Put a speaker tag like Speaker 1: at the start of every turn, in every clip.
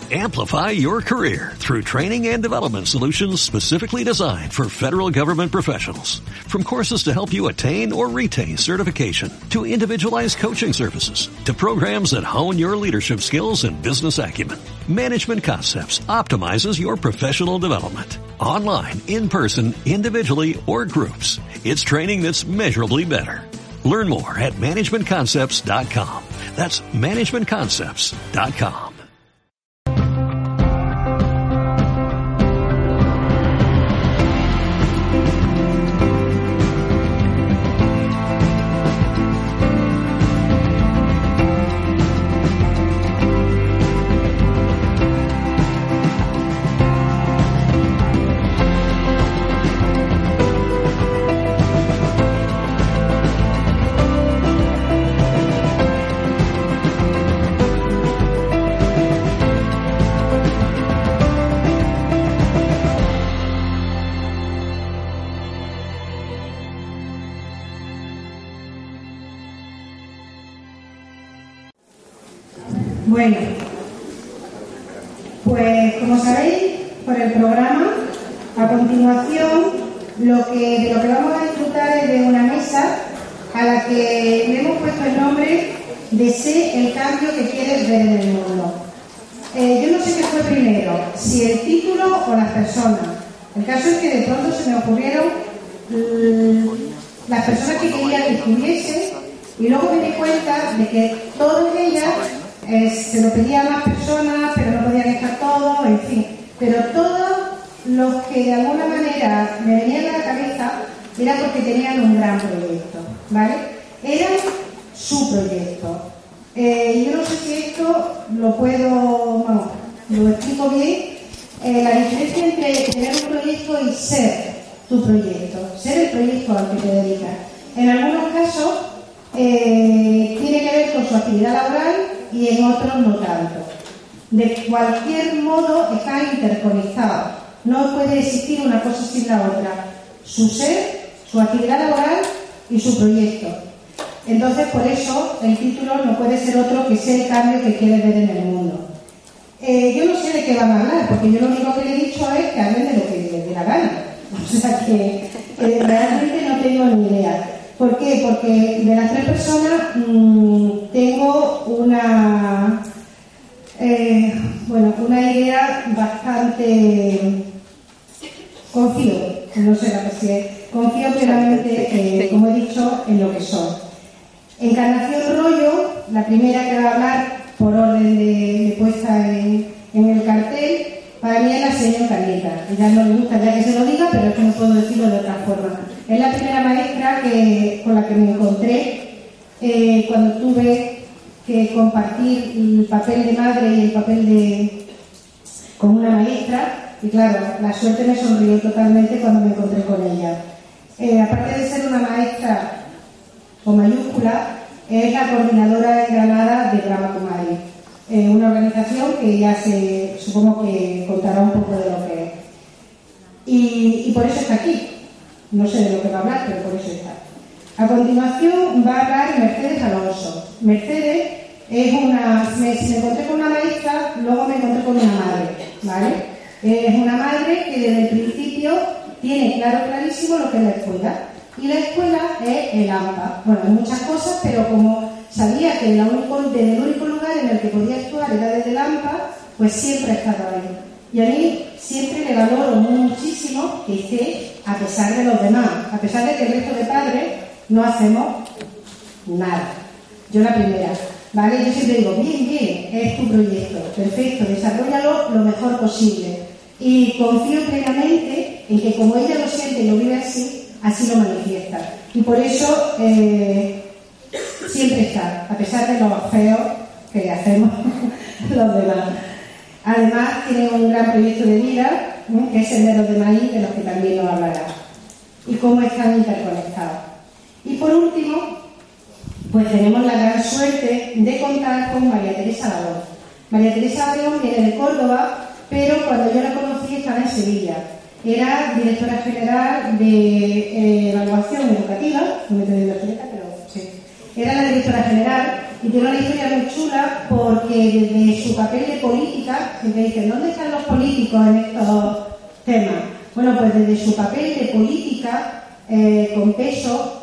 Speaker 1: Amplify your career through training and development solutions specifically designed for federal government professionals. From courses to help you attain or retain certification, to individualized coaching services, to programs that hone your leadership skills and business acumen, Management Concepts optimizes your professional development. Online, in person, individually, or groups, it's training that's measurably better. Learn more at managementconcepts.com. That's managementconcepts.com.
Speaker 2: Bueno, pues como sabéis por el programa, a continuación de lo que vamos a disfrutar es de una mesa a la que le hemos puesto el nombre de Sé el cambio que quieres ver en el mundo. Yo no sé qué fue primero, si el título o las personas. El caso es que de pronto se me ocurrieron las personas que quería que estuviesen y luego me di cuenta de que todas ellas se lo pedían a más personas, pero no podían estar todos, en fin. Pero todos los que de alguna manera me venían a la cabeza era porque tenían un gran proyecto, ¿vale? Era su proyecto. Yo no sé si esto lo lo explico bien. La diferencia entre tener un proyecto y ser tu proyecto, ser el proyecto al que te dedicas. En algunos casos tiene que ver con su actividad laboral y en otros no tanto. De cualquier modo están interconectados. No puede existir una cosa sin la otra. Su ser, su actividad laboral y su proyecto. Entonces, por eso, el título no puede ser otro que sea el cambio que quieres ver en el mundo. Yo no sé de qué van a hablar, porque yo lo único que le he dicho es que hablen de lo que les dé la gana. O sea que realmente no tengo ni idea. ¿Por qué? Porque de las tres personas tengo una idea bastante... confío plenamente, como he dicho, en lo que son. Encarnación Rollo, la primera que va a hablar por orden de puesta en el cartel, para mí es la señora Carlita. Ella no le gusta ya que se lo diga, pero es que no puedo decirlo de otra forma. Es la primera maestra con la que me encontré cuando tuve que compartir el papel de madre y el papel con una maestra. Y claro, la suerte me sonrió totalmente cuando me encontré con ella. Aparte de ser una maestra con mayúscula, es la coordinadora en Granada de Brahma Kumari, una organización que ya supongo que contará un poco de lo que es. Y por eso está aquí. No sé de lo que va a hablar, pero por eso está. A continuación va a hablar Mercedes Alonso. Mercedes es si me encontré con una maestra, luego me encontré con una madre, ¿vale? Es una madre que desde el principio tiene clarísimo lo que es la escuela. Y la escuela es el AMPA. Bueno, hay muchas cosas, pero como sabía que desde el único lugar en el que podía actuar era desde el AMPA, pues siempre he estado ahí. Y a mí siempre le valoro muchísimo que esté a pesar de los demás, a pesar de que el resto de padres no hacemos nada. Yo la primera, ¿vale? Yo siempre digo, bien, es tu proyecto, perfecto, desarróllalo lo mejor posible. Y confío plenamente en que como ella lo siente y lo vive así lo manifiesta. Y por eso siempre está, a pesar de los feos que le hacemos los demás. Además, tiene un gran proyecto de vida, que es Senderos de Maíz, de los que también nos hablará. Y cómo están interconectados. Y por último, pues tenemos la gran suerte de contar con María Teresa Barón. María Teresa Barón viene de Córdoba, pero cuando yo la conocí estaba en Sevilla. Era directora general de evaluación educativa, no me estoy viendo la pero sí. Era la directora general y tiene una historia muy chula porque desde su papel de política, siempre dicen, ¿dónde están los políticos en estos temas? Bueno, pues desde su papel de política, con peso,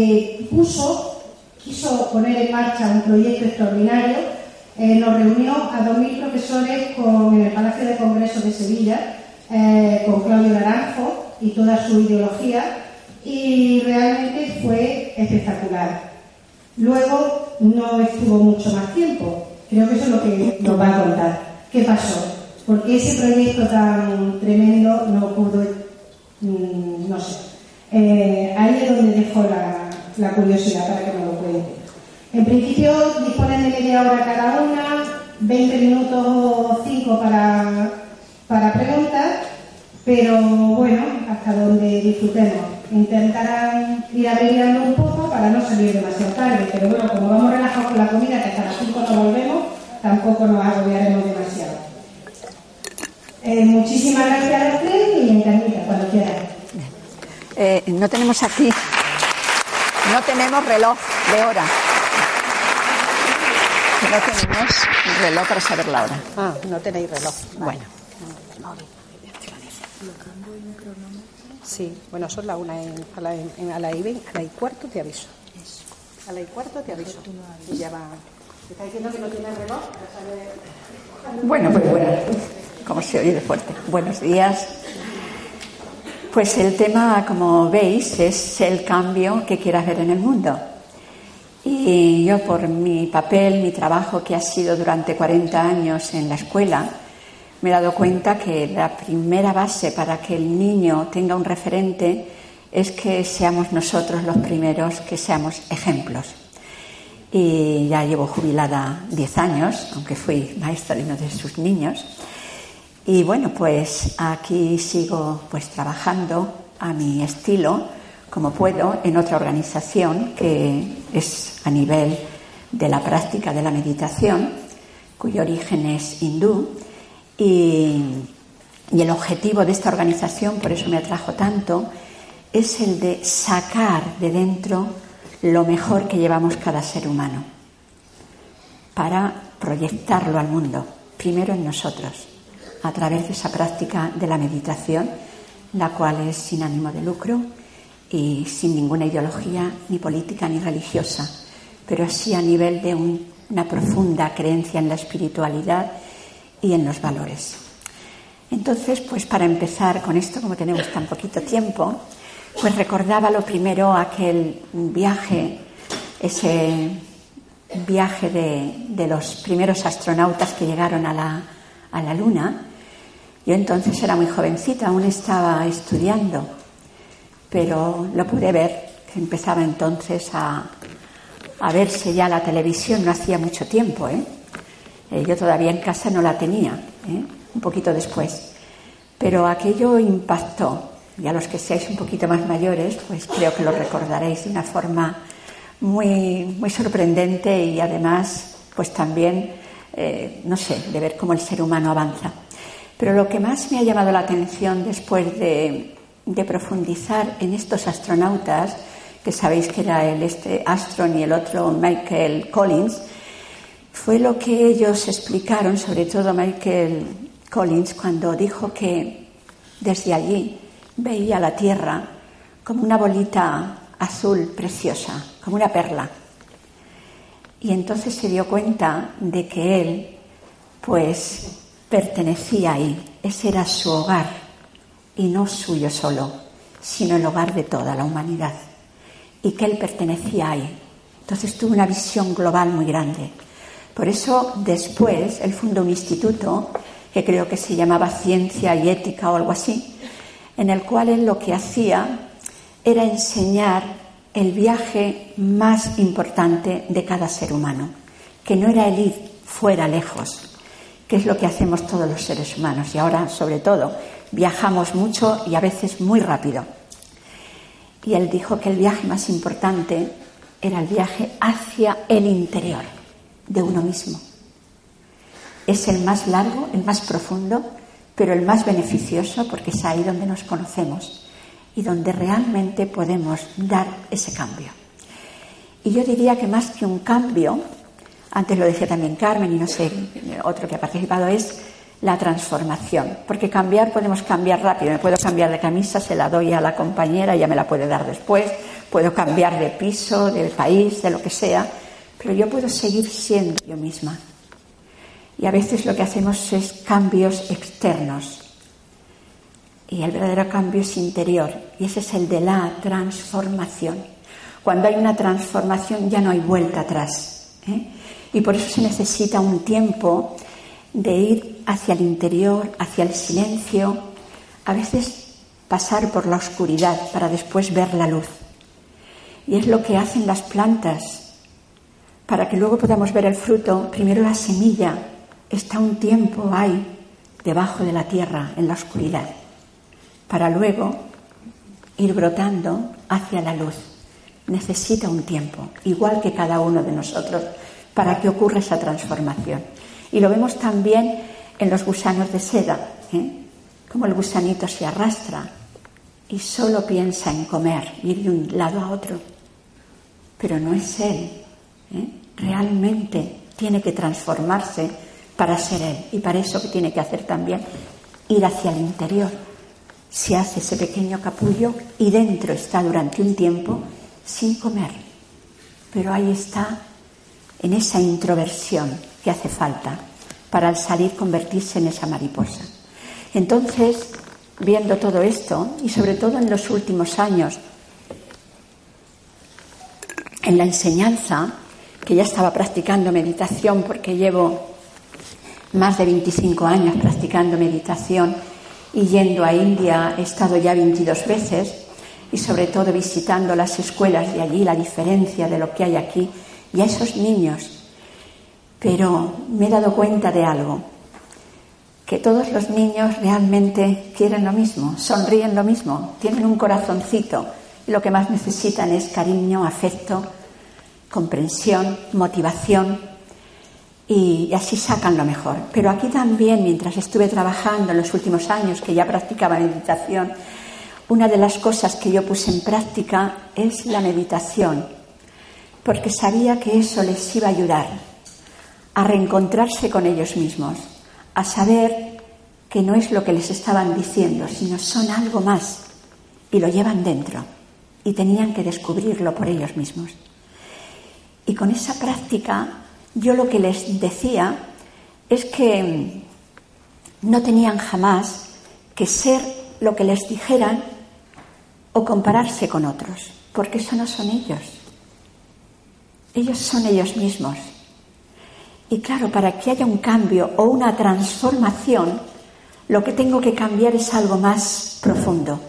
Speaker 2: quiso poner en marcha un proyecto extraordinario. Nos reunió a 2.000 profesores en el Palacio de Congresos de Sevilla, con Claudio Naranjo y toda su ideología, y realmente fue espectacular. Luego no estuvo mucho más tiempo. Creo que eso es lo que nos va a contar. ¿Qué pasó? Porque ese proyecto tan tremendo no pudo, no sé. Ahí es donde dejo la curiosidad para que me lo cuente. En principio disponen de media hora cada una, 20 minutos o 5 para preguntar, pero bueno, hasta donde disfrutemos. Intentarán ir abreviando un poco para no salir demasiado tarde, pero bueno, como vamos relajados con la comida, que hasta las 5 no volvemos, tampoco nos agobiaremos demasiado. Muchísimas gracias a los tres y encantadita, cuando quieran.
Speaker 3: No tenemos aquí, no tenemos reloj de hora. No tenemos reloj para saber la hora.
Speaker 4: Ah, no tenéis reloj.
Speaker 3: Bueno.
Speaker 4: Sí, bueno, son la una a la y cuarto te aviso. A la y cuarto te aviso. Y ya va. ¿Me está diciendo que no tiene reloj?
Speaker 3: Bueno, pues bueno, como se oye de fuerte. Buenos días. Pues el tema, como veis, es el cambio que quieras ver en el mundo. Y yo, por mi papel, mi trabajo que ha sido durante 40 años en la escuela, me he dado cuenta que la primera base para que el niño tenga un referente es que seamos nosotros los primeros, que seamos ejemplos. Y ya llevo jubilada 10 años, aunque fui maestra de uno de sus niños. Y bueno, pues aquí sigo pues trabajando a mi estilo, como puedo, en otra organización que es a nivel de la práctica de la meditación, cuyo origen es hindú. Y el objetivo de esta organización, por eso me atrajo tanto, es el de sacar de dentro lo mejor que llevamos cada ser humano para proyectarlo al mundo, primero en nosotros, a través de esa práctica de la meditación, la cual es sin ánimo de lucro y sin ninguna ideología ni política ni religiosa, pero sí a nivel de una profunda creencia en la espiritualidad y en los valores. Entonces, pues para empezar con esto, como tenemos tan poquito tiempo, pues recordaba lo primero aquel viaje, ese viaje de los primeros astronautas que llegaron a la Luna. Yo entonces era muy jovencita, aún estaba estudiando, pero lo pude ver, que empezaba entonces a verse ya la televisión, no hacía mucho tiempo, yo todavía en casa no la tenía, un poquito después. Pero aquello impactó. Y a los que seáis un poquito más mayores, pues creo que lo recordaréis de una forma muy, muy sorprendente y además, pues también, no sé, de ver cómo el ser humano avanza. Pero lo que más me ha llamado la atención después de profundizar en estos astronautas, que sabéis que era Armstrong y el otro Michael Collins, fue lo que ellos explicaron, sobre todo Michael Collins, cuando dijo que desde allí veía la Tierra como una bolita azul preciosa, como una perla. Y entonces se dio cuenta de que él, pues, pertenecía ahí. Ese era su hogar, y no suyo solo, sino el hogar de toda la humanidad. Y que él pertenecía ahí. Entonces tuvo una visión global muy grande. Por eso, después, él fundó un instituto que creo que se llamaba Ciencia y Ética o algo así, en el cual él lo que hacía era enseñar el viaje más importante de cada ser humano, que no era el ir fuera lejos, que es lo que hacemos todos los seres humanos, y ahora sobre todo viajamos mucho y a veces muy rápido. Y él dijo que el viaje más importante era el viaje hacia el interior de uno mismo. Es el más largo, el más profundo, pero el más beneficioso, porque es ahí donde nos conocemos y donde realmente podemos dar ese cambio. Y yo diría que más que un cambio, antes lo decía también Carmen y no sé, otro que ha participado, es la transformación. Porque cambiar, podemos cambiar rápido. Me puedo cambiar de camisa, se la doy a la compañera, ella me la puede dar después. Puedo cambiar de piso, de país, de lo que sea, pero yo puedo seguir siendo yo misma. Y a veces lo que hacemos es cambios externos. Y el verdadero cambio es interior, y ese es el de la transformación. Cuando hay una transformación ya no hay vuelta atrás, ¿eh? Y por eso se necesita un tiempo de ir hacia el interior, hacia el silencio, a veces pasar por la oscuridad para después ver la luz. Y es lo que hacen las plantas. Para que luego podamos ver el fruto, primero la semilla está un tiempo ahí, debajo de la tierra, en la oscuridad, para luego ir brotando hacia la luz. Necesita un tiempo, igual que cada uno de nosotros, para que ocurra esa transformación. Y lo vemos también en los gusanos de seda, ¿eh? Como el gusanito se arrastra y solo piensa en comer, ir de un lado a otro. Pero no es él, ¿eh? Realmente tiene que transformarse para ser él. Y para eso que tiene que hacer también, ir hacia el interior. Se hace ese pequeño capullo y dentro está durante un tiempo sin comer. Pero ahí está, en esa introversión que hace falta para al salir convertirse en esa mariposa. Entonces, viendo todo esto, y sobre todo en los últimos años, en la enseñanza, que ya estaba practicando meditación porque llevo más de 25 años practicando meditación y yendo a India he estado ya 22 veces y sobre todo visitando las escuelas de allí, la diferencia de lo que hay aquí y a esos niños. Pero me he dado cuenta de algo, que todos los niños realmente quieren lo mismo, sonríen lo mismo, tienen un corazoncito y lo que más necesitan es cariño, afecto, comprensión, motivación y así sacan lo mejor. Pero aquí también, mientras estuve trabajando en los últimos años que ya practicaba meditación, una de las cosas que yo puse en práctica es la meditación, porque sabía que eso les iba a ayudar a reencontrarse con ellos mismos, a saber que no es lo que les estaban diciendo, sino son algo más y lo llevan dentro y tenían que descubrirlo por ellos mismos. Y con esa práctica yo lo que les decía es que no tenían jamás que ser lo que les dijeran o compararse con otros, porque eso no son ellos. Ellos son ellos mismos. Y claro, para que haya un cambio o una transformación, lo que tengo que cambiar es algo más profundo.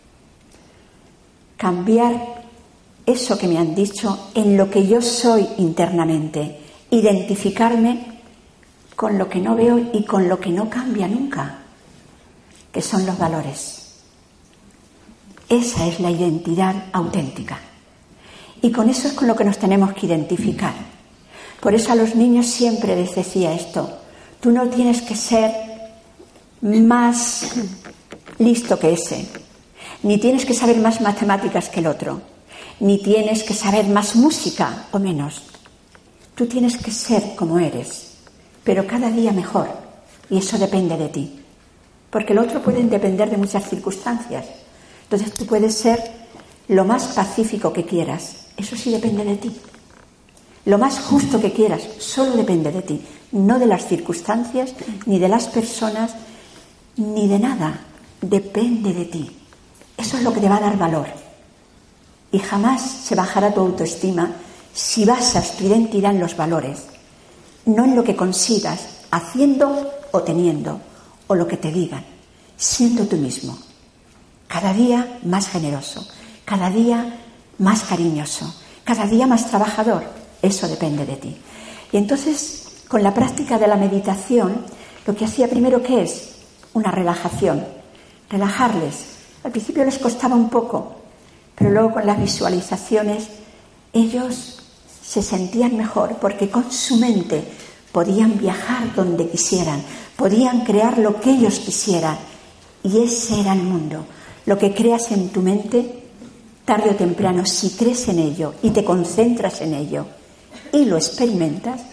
Speaker 3: Cambiar eso que me han dicho en lo que yo soy internamente. Identificarme con lo que no veo y con lo que no cambia nunca, que son los valores. Esa es la identidad auténtica. Y con eso es con lo que nos tenemos que identificar. Por eso a los niños siempre les decía esto: tú no tienes que ser más listo que ese, ni tienes que saber más matemáticas que el otro, ni tienes que saber más música o menos. Tú tienes que ser como eres, pero cada día mejor, y eso depende de ti, porque el otro puede depender de muchas circunstancias. Entonces tú puedes ser lo más pacífico que quieras, eso sí depende de ti. Lo más justo que quieras, solo depende de ti, no de las circunstancias, ni de las personas, ni de nada. Depende de ti. Eso es lo que te va a dar valor. Y jamás se bajará tu autoestima si basas tu identidad en los valores, no en lo que consigas haciendo o teniendo, o lo que te digan, siendo tú mismo. Cada día más generoso, cada día más cariñoso, cada día más trabajador. Eso depende de ti. Y entonces, con la práctica de la meditación, lo que hacía primero, ¿qué es? Una relajación. Relajarles. Al principio les costaba un poco, pero luego con las visualizaciones ellos se sentían mejor porque con su mente podían viajar donde quisieran, podían crear lo que ellos quisieran. Y ese era el mundo. Lo que creas en tu mente, tarde o temprano, si crees en ello y te concentras en ello, y lo experimentas,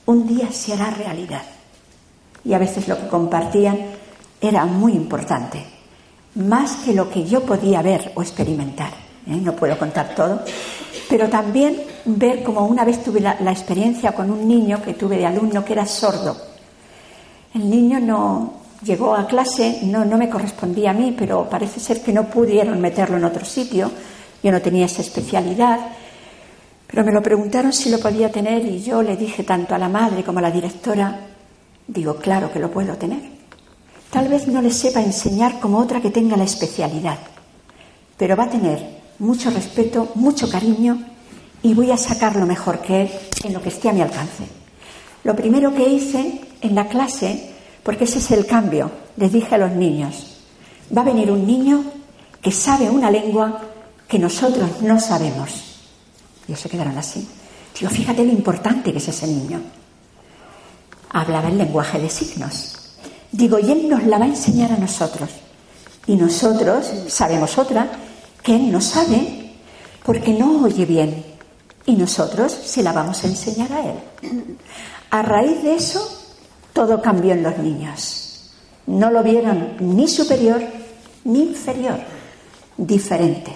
Speaker 3: un día se hará realidad. Y a veces lo que compartían era muy importante, más que lo que yo podía ver o experimentar. No puedo contar todo, pero también ver como una vez tuve la experiencia con un niño que tuve de alumno que era sordo. El niño no llegó a clase, no me correspondía a mí, pero parece ser que no pudieron meterlo en otro sitio. Yo no tenía esa especialidad, pero me lo preguntaron si lo podía tener y yo le dije tanto a la madre como a la directora, digo, claro que lo puedo tener. Tal vez no le sepa enseñar como otra que tenga la especialidad, pero va a tener mucho respeto, mucho cariño y voy a sacar lo mejor que él en lo que esté a mi alcance. Lo primero que hice en la clase, porque ese es el cambio, les dije a los niños, va a venir un niño que sabe una lengua que nosotros no sabemos. Y ellos se quedaron así. Digo, fíjate lo importante que es ese niño. Hablaba el lenguaje de signos. Digo, y él nos la va a enseñar a nosotros. Y nosotros sabemos otra que él no sabe porque no oye bien. Y nosotros se la vamos a enseñar a él. A raíz de eso, todo cambió en los niños. No lo vieron ni superior ni inferior, diferente.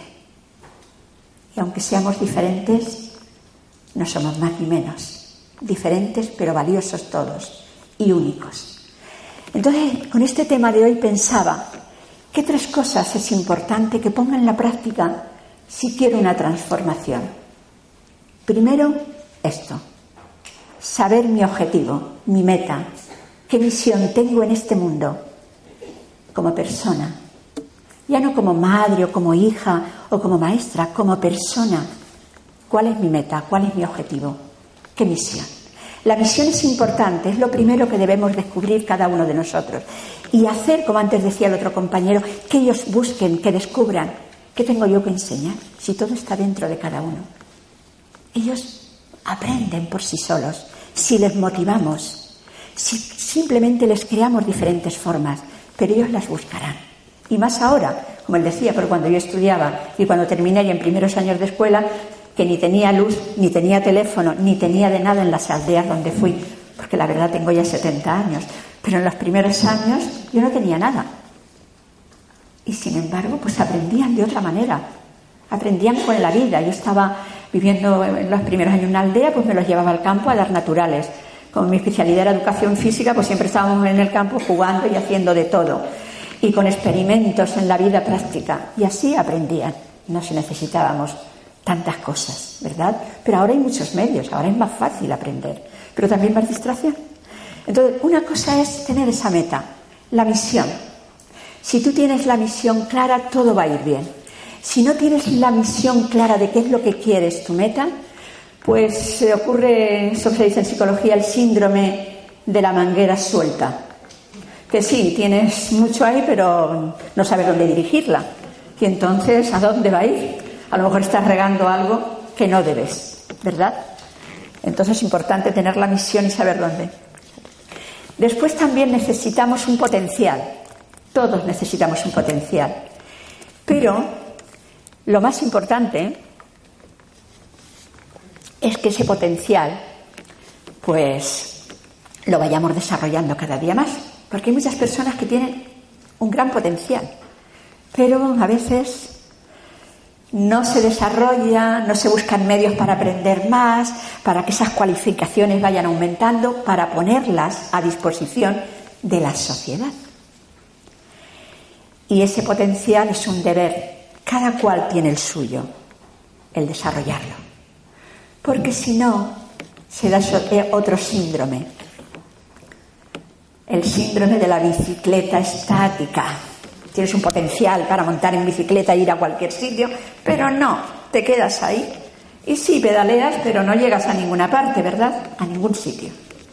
Speaker 3: Y aunque seamos diferentes, no somos más ni menos. Diferentes pero valiosos todos y únicos. Entonces, con este tema de hoy pensaba, ¿qué tres cosas es importante que ponga en la práctica si quiero una transformación? Primero, esto. Saber mi objetivo, mi meta, qué misión tengo en este mundo como persona. Ya no como madre o como hija o como maestra, como persona. ¿Cuál es mi meta? ¿Cuál es mi objetivo? ¿Qué misión? La misión es importante, es lo primero que debemos descubrir cada uno de nosotros. Y hacer, como antes decía el otro compañero, que ellos busquen, que descubran. ¿Qué tengo yo que enseñar? Si todo está dentro de cada uno. Ellos aprenden por sí solos, si les motivamos, si simplemente les creamos diferentes formas, pero ellos las buscarán. Y más ahora, como él decía, pero cuando yo estudiaba y cuando terminé y en primeros años de escuela, que ni tenía luz, ni tenía teléfono, ni tenía de nada en las aldeas donde fui, porque la verdad tengo ya 70 años, pero en los primeros años yo no tenía nada. Y sin embargo, pues aprendían de otra manera, aprendían con la vida. Yo estaba viviendo en los primeros años en una aldea, pues me los llevaba al campo a dar naturales. Como mi especialidad era educación física, pues siempre estábamos en el campo jugando y haciendo de todo. Y con experimentos en la vida práctica. Y así aprendían. No se necesitábamos tantas cosas, ¿verdad? Pero ahora hay muchos medios, ahora es más fácil aprender. Pero también más distracción. Entonces, una cosa es tener esa meta, la misión. Si tú tienes la misión clara, todo va a ir bien. Si no tienes la misión clara de qué es lo que quieres, tu meta, pues se ocurre, eso que se dice en psicología, el síndrome de la manguera suelta. Que sí, tienes mucho ahí, pero no sabes dónde dirigirla. Y entonces, ¿a dónde va a ir? A lo mejor estás regando algo que no debes, ¿verdad? Entonces es importante tener la misión y saber dónde. Después también necesitamos un potencial. Todos necesitamos un potencial. Pero lo más importante es que ese potencial, pues, lo vayamos desarrollando cada día más. Porque hay muchas personas que tienen un gran potencial, pero a veces no se desarrolla, no se buscan medios para aprender más, para que esas cualificaciones vayan aumentando, para ponerlas a disposición de la sociedad. Y ese potencial es un deber, cada cual tiene el suyo, el desarrollarlo. Porque si no, se da otro síndrome. El síndrome de la bicicleta estática. Tienes un potencial para montar en bicicleta e ir a cualquier sitio, pero no, te quedas ahí. Y sí, pedaleas, pero no llegas a ninguna parte, ¿verdad? A ningún sitio.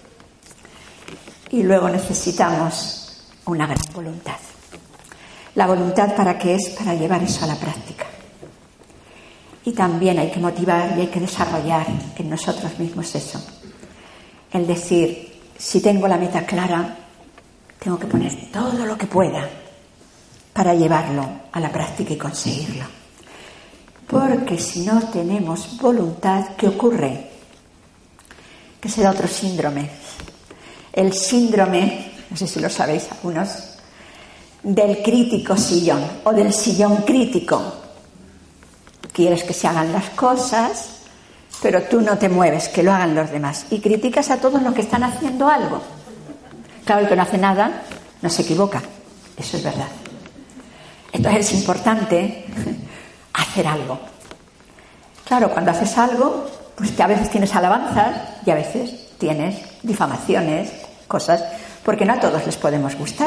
Speaker 3: Y luego necesitamos una gran voluntad. La voluntad, ¿para qué es? Para llevar eso a la práctica. Y también hay que motivar y hay que desarrollar en nosotros mismos eso. El decir, si tengo la meta clara, tengo que poner todo lo que pueda para llevarlo a la práctica y conseguirlo. Porque si no tenemos voluntad, ¿qué ocurre? que se da otro síndrome. El síndrome, no sé si lo sabéis algunos, del crítico sillón o del sillón crítico. Quieres que se hagan las cosas, pero tú no te mueves, que lo hagan los demás. Y criticas a todos los que están haciendo algo. Claro, el que no hace nada no se equivoca. Eso es verdad. Entonces es importante hacer algo. Claro, cuando haces algo, pues que a veces tienes alabanzas y a veces tienes difamaciones, cosas, porque no a todos les podemos gustar.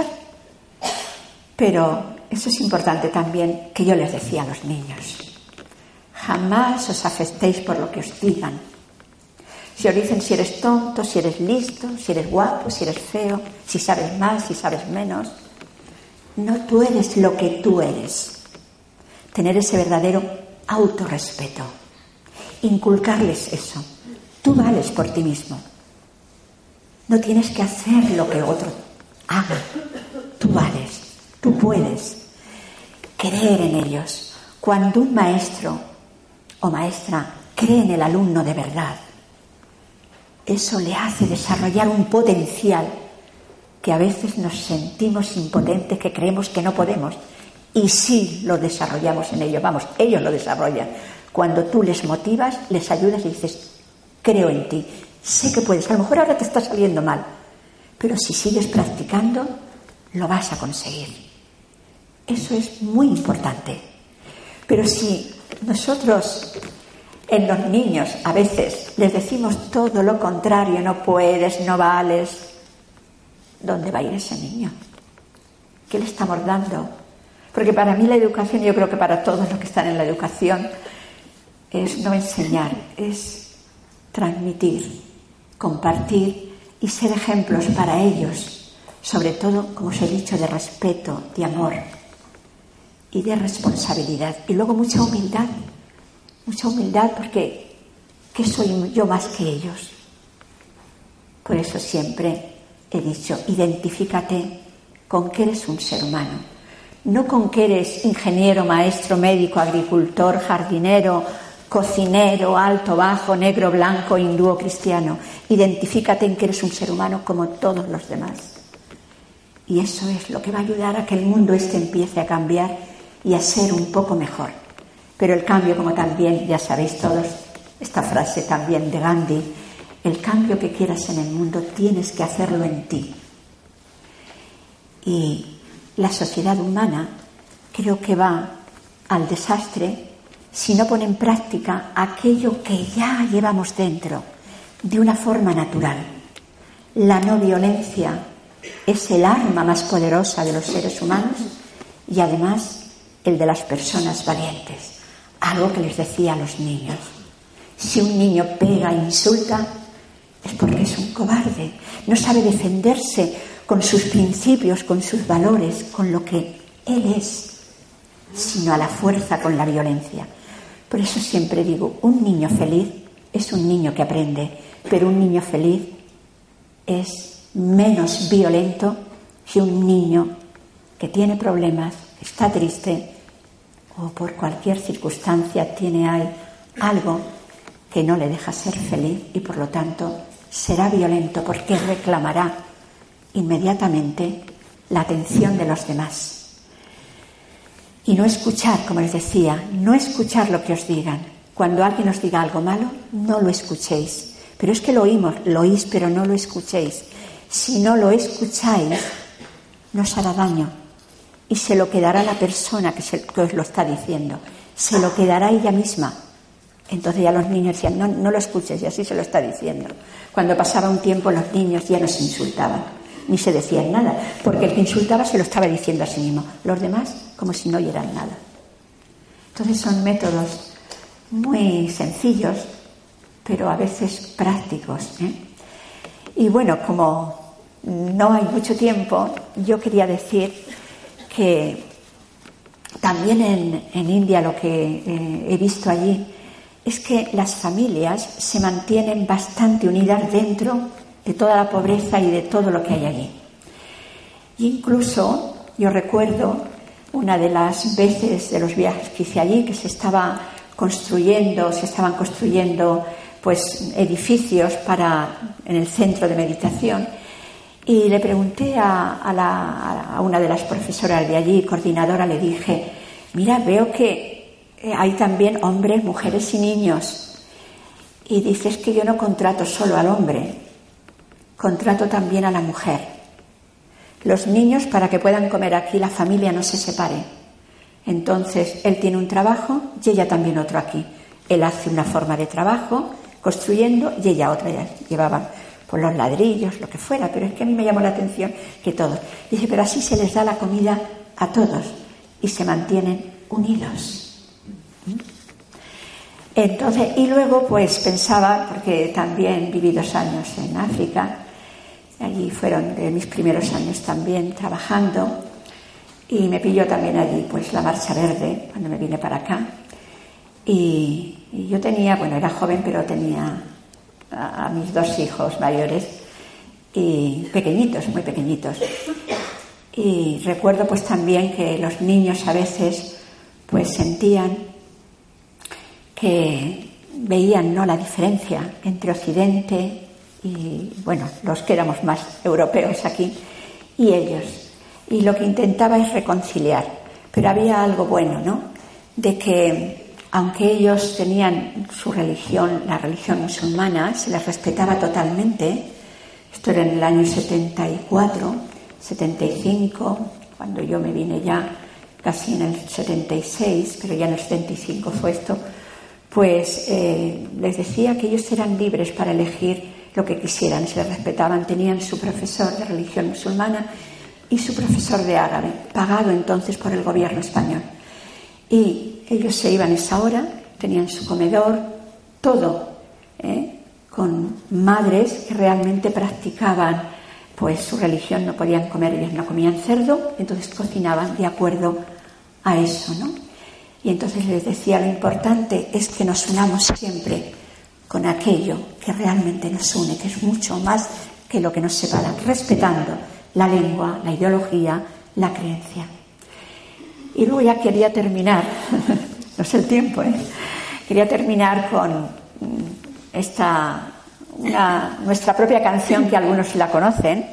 Speaker 3: Pero eso es importante también, que yo les decía a los niños. Jamás os afectéis por lo que os digan. Si os dicen si eres tonto, si eres listo, si eres guapo, si eres feo, si sabes más, si sabes menos, no tú eres lo que tú eres. Tener ese verdadero autorrespeto. Inculcarles eso. Tú vales por ti mismo. No tienes que hacer lo que otro haga. Tú vales, tú puedes. Creer en ellos. Cuando un maestro o maestra cree en el alumno de verdad, eso le hace desarrollar un potencial que a veces nos sentimos impotentes, que creemos que no podemos, y sí lo desarrollamos en ellos. Vamos, ellos lo desarrollan. Cuando tú les motivas, les ayudas y dices, creo en ti, sé que puedes, a lo mejor ahora te está saliendo mal, pero si sigues practicando, lo vas a conseguir. Eso es muy importante. Pero si nosotros en los niños a veces les decimos todo lo contrario, no puedes, no vales, ¿dónde va a ir ese niño? ¿Qué le estamos dando? Porque para mí la educación, yo creo que para todos los que están en la educación, es no enseñar, es transmitir, compartir y ser ejemplos para ellos, sobre todo, como os he dicho, de respeto, de amor y de responsabilidad. Y luego mucha humildad porque ¿qué soy yo más que ellos? Por eso siempre he dicho, identifícate con que eres un ser humano, no con que eres ingeniero, maestro, médico, agricultor, jardinero, cocinero, alto, bajo, negro, blanco, hindú o cristiano. Identifícate en que eres un ser humano como todos los demás. Y eso es lo que va a ayudar a que el mundo empiece a cambiar y a ser un poco mejor. Pero el cambio, como también ya sabéis todos, esta frase también de Gandhi, el cambio que quieras en el mundo tienes que hacerlo en ti. Y la sociedad humana creo que va al desastre si no pone en práctica aquello que ya llevamos dentro de una forma natural. La no violencia es el arma más poderosa de los seres humanos y además el de las personas valientes. Algo que les decía a los niños. Si un niño pega e insulta, es porque es un cobarde. No sabe defenderse con sus principios, con sus valores, con lo que él es, sino a la fuerza con la violencia. Por eso siempre digo, un niño feliz es un niño que aprende, pero un niño feliz es menos violento que un niño que tiene problemas, que está triste o por cualquier circunstancia tiene algo que no le deja ser feliz y por lo tanto será violento porque reclamará inmediatamente la atención de los demás. Y no escuchar, como les decía, no escuchar lo que os digan. Cuando alguien os diga algo malo, no lo escuchéis. Pero es que lo oís, pero no lo escuchéis. Si no lo escucháis, no os hará daño. Y se lo quedará la persona que os lo está diciendo. Se lo quedará ella misma. Entonces ya los niños decían, no lo escuches, y así se lo está diciendo. Cuando pasaba un tiempo los niños ya no se insultaban, ni se decían nada, porque el que insultaba se lo estaba diciendo a sí mismo. Los demás como si no oyeran nada. Entonces son métodos muy sencillos, pero a veces prácticos, ¿eh? Y bueno, como no hay mucho tiempo, yo quería decir que también en India lo que he visto allí es que las familias se mantienen bastante unidas dentro de toda la pobreza y de todo lo que hay allí. Y incluso yo recuerdo una de las veces de los viajes que hice allí, que se estaban construyendo pues edificios en el centro de meditación, y le pregunté a una de las profesoras de allí, coordinadora, le dije: mira, veo que hay también hombres, mujeres y niños. Y dice: es que yo no contrato solo al hombre, contrato también a la mujer. Los niños, para que puedan comer aquí, la familia no se separe. Entonces, él tiene un trabajo y ella también otro aquí. Él hace una forma de trabajo, construyendo, y ella otra. Ya llevaban por los ladrillos, lo que fuera, pero es que a mí me llamó la atención que todos. Dice: pero así se les da la comida a todos y se mantienen unidos. Entonces, y luego pues pensaba, porque también viví 2 años en África, allí fueron de mis primeros años también trabajando, y me pilló también allí pues la Marcha Verde cuando me vine para acá, y yo tenía, bueno, era joven, pero tenía a mis 2 hijos mayores y pequeñitos, muy pequeñitos, y recuerdo pues también que los niños a veces pues sentían que veían, ¿no?, la diferencia entre Occidente y, bueno, los que éramos más europeos aquí y ellos, y lo que intentaba es reconciliar, pero había algo bueno, ¿no?, de que aunque ellos tenían su religión, la religión musulmana, se les respetaba totalmente. Esto era en el año 74, 75, cuando yo me vine ya casi en el 76, pero ya en el 75 fue esto. Pues les decía que ellos eran libres para elegir lo que quisieran, se les respetaban, tenían su profesor de religión musulmana y su profesor de árabe, pagado entonces por el gobierno español. Y ellos se iban a esa hora, tenían su comedor, todo, con madres que realmente practicaban pues su religión, no podían comer, ellos no comían cerdo, entonces cocinaban de acuerdo a eso, ¿no? Y entonces les decía: lo importante es que nos unamos siempre con aquello que realmente nos une, que es mucho más que lo que nos separa, respetando la lengua, la ideología, la creencia. Y luego ya quería terminar, no sé el tiempo, quería terminar con nuestra propia canción, que algunos sí la conocen.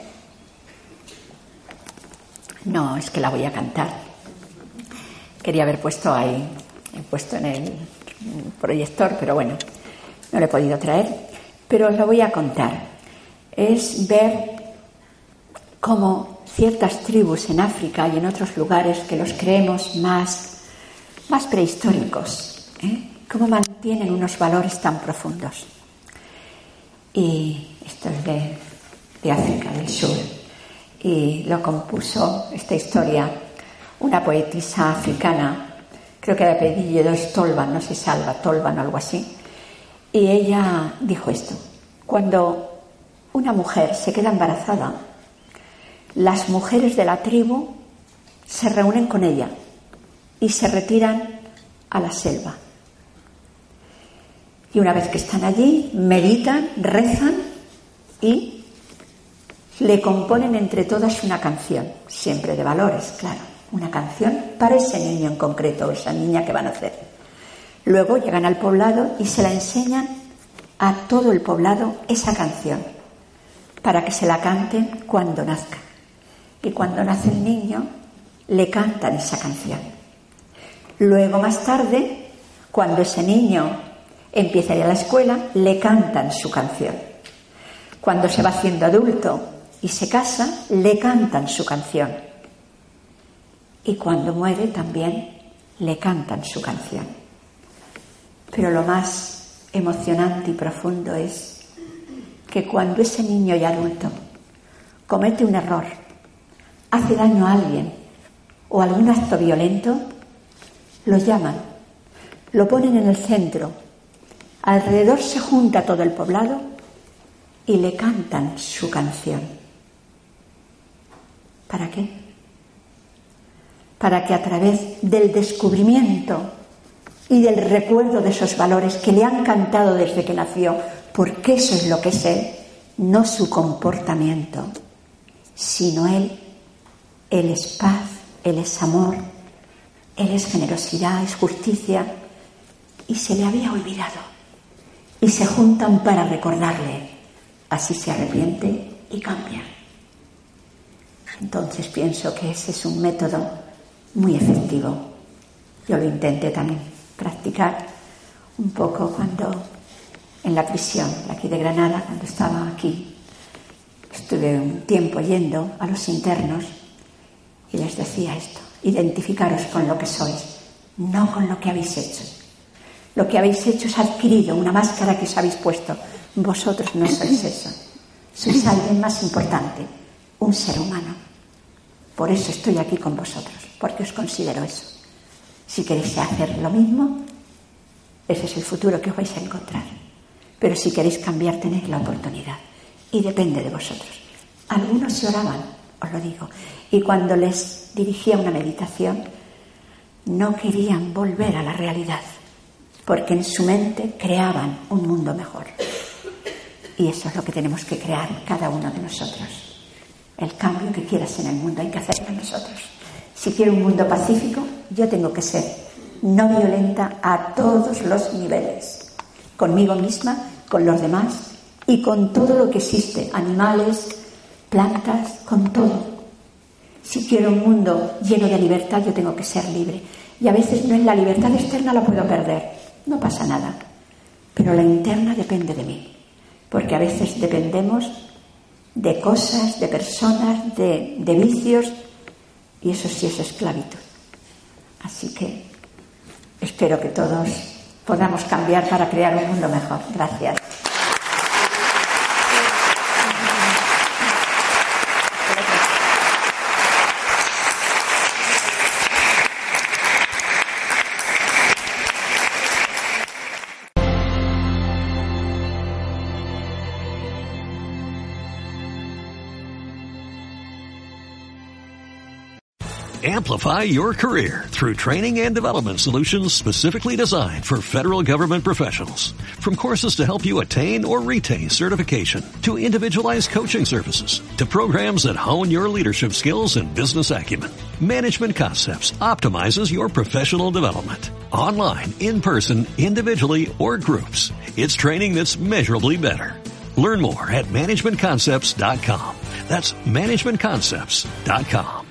Speaker 3: No, es que la voy a cantar. Quería haber puesto ahí, he puesto en el proyector, pero bueno, no lo he podido traer. Pero os lo voy a contar. Es ver cómo ciertas tribus en África y en otros lugares que los creemos más prehistóricos, cómo mantienen unos valores tan profundos. Y esto es de África del Sur, y lo compuso esta historia una poetisa africana, creo que de apellido es Tolban, no sé si Salva Tolban o algo así, y ella dijo esto: cuando una mujer se queda embarazada, las mujeres de la tribu se reúnen con ella y se retiran a la selva. Y una vez que están allí, meditan, rezan y le componen entre todas una canción, siempre de valores, claro, una canción para ese niño en concreto, o esa niña que van a hacer. Luego llegan al poblado y se la enseñan a todo el poblado esa canción, para que se la canten cuando nazca. Y cuando nace el niño, le cantan esa canción. Luego, más tarde, cuando ese niño empieza a ir a la escuela, le cantan su canción. Cuando se va haciendo adulto y se casa, le cantan su canción. Y cuando muere también le cantan su canción. Pero lo más emocionante y profundo es que cuando ese niño ya adulto comete un error, hace daño a alguien o algún acto violento, lo llaman, lo ponen en el centro, alrededor se junta todo el poblado y le cantan su canción. ¿Para qué? Para que a través del descubrimiento y del recuerdo de esos valores que le han cantado desde que nació, porque eso es lo que es él, no su comportamiento, sino él es paz, él es amor, él es generosidad, es justicia, y se le había olvidado. y se juntan para recordarle. Así se arrepiente y cambia. Entonces pienso que ese es un método muy efectivo. Yo lo intenté también practicar un poco cuando en la prisión, aquí de Granada, cuando estaba aquí. Estuve un tiempo yendo a los internos y les decía esto: identificaros con lo que sois, no con lo que habéis hecho. Lo que habéis hecho es adquirido una máscara que os habéis puesto. Vosotros no sois eso. Sois alguien más importante, un ser humano. Por eso estoy aquí con vosotros, porque os considero eso. Si queréis hacer lo mismo, ese es el futuro que os vais a encontrar. Pero si queréis cambiar, tenéis la oportunidad. Y depende de vosotros. Algunos se oraban, os lo digo, y cuando les dirigía una meditación, no querían volver a la realidad, porque en su mente creaban un mundo mejor. Y eso es lo que tenemos que crear cada uno de nosotros. El cambio que quieras en el mundo hay que hacerlo nosotros. Si quiero un mundo pacífico, yo tengo que ser no violenta a todos los niveles. Conmigo misma, con los demás y con todo lo que existe. Animales, plantas, con todo. Si quiero un mundo lleno de libertad, yo tengo que ser libre. Y a veces no es la libertad externa, la puedo perder. No pasa nada. Pero la interna depende de mí. Porque a veces dependemos de cosas, de personas, de vicios, y eso sí es esclavitud. Así que espero que todos podamos cambiar para crear un mundo mejor. Gracias.
Speaker 1: Amplify your career through training and development solutions specifically designed for federal government professionals. From courses to help you attain or retain certification, to individualized coaching services, to programs that hone your leadership skills and business acumen, Management Concepts optimizes your professional development. Online, in person, individually, or groups, it's training that's measurably better. Learn more at managementconcepts.com. That's managementconcepts.com.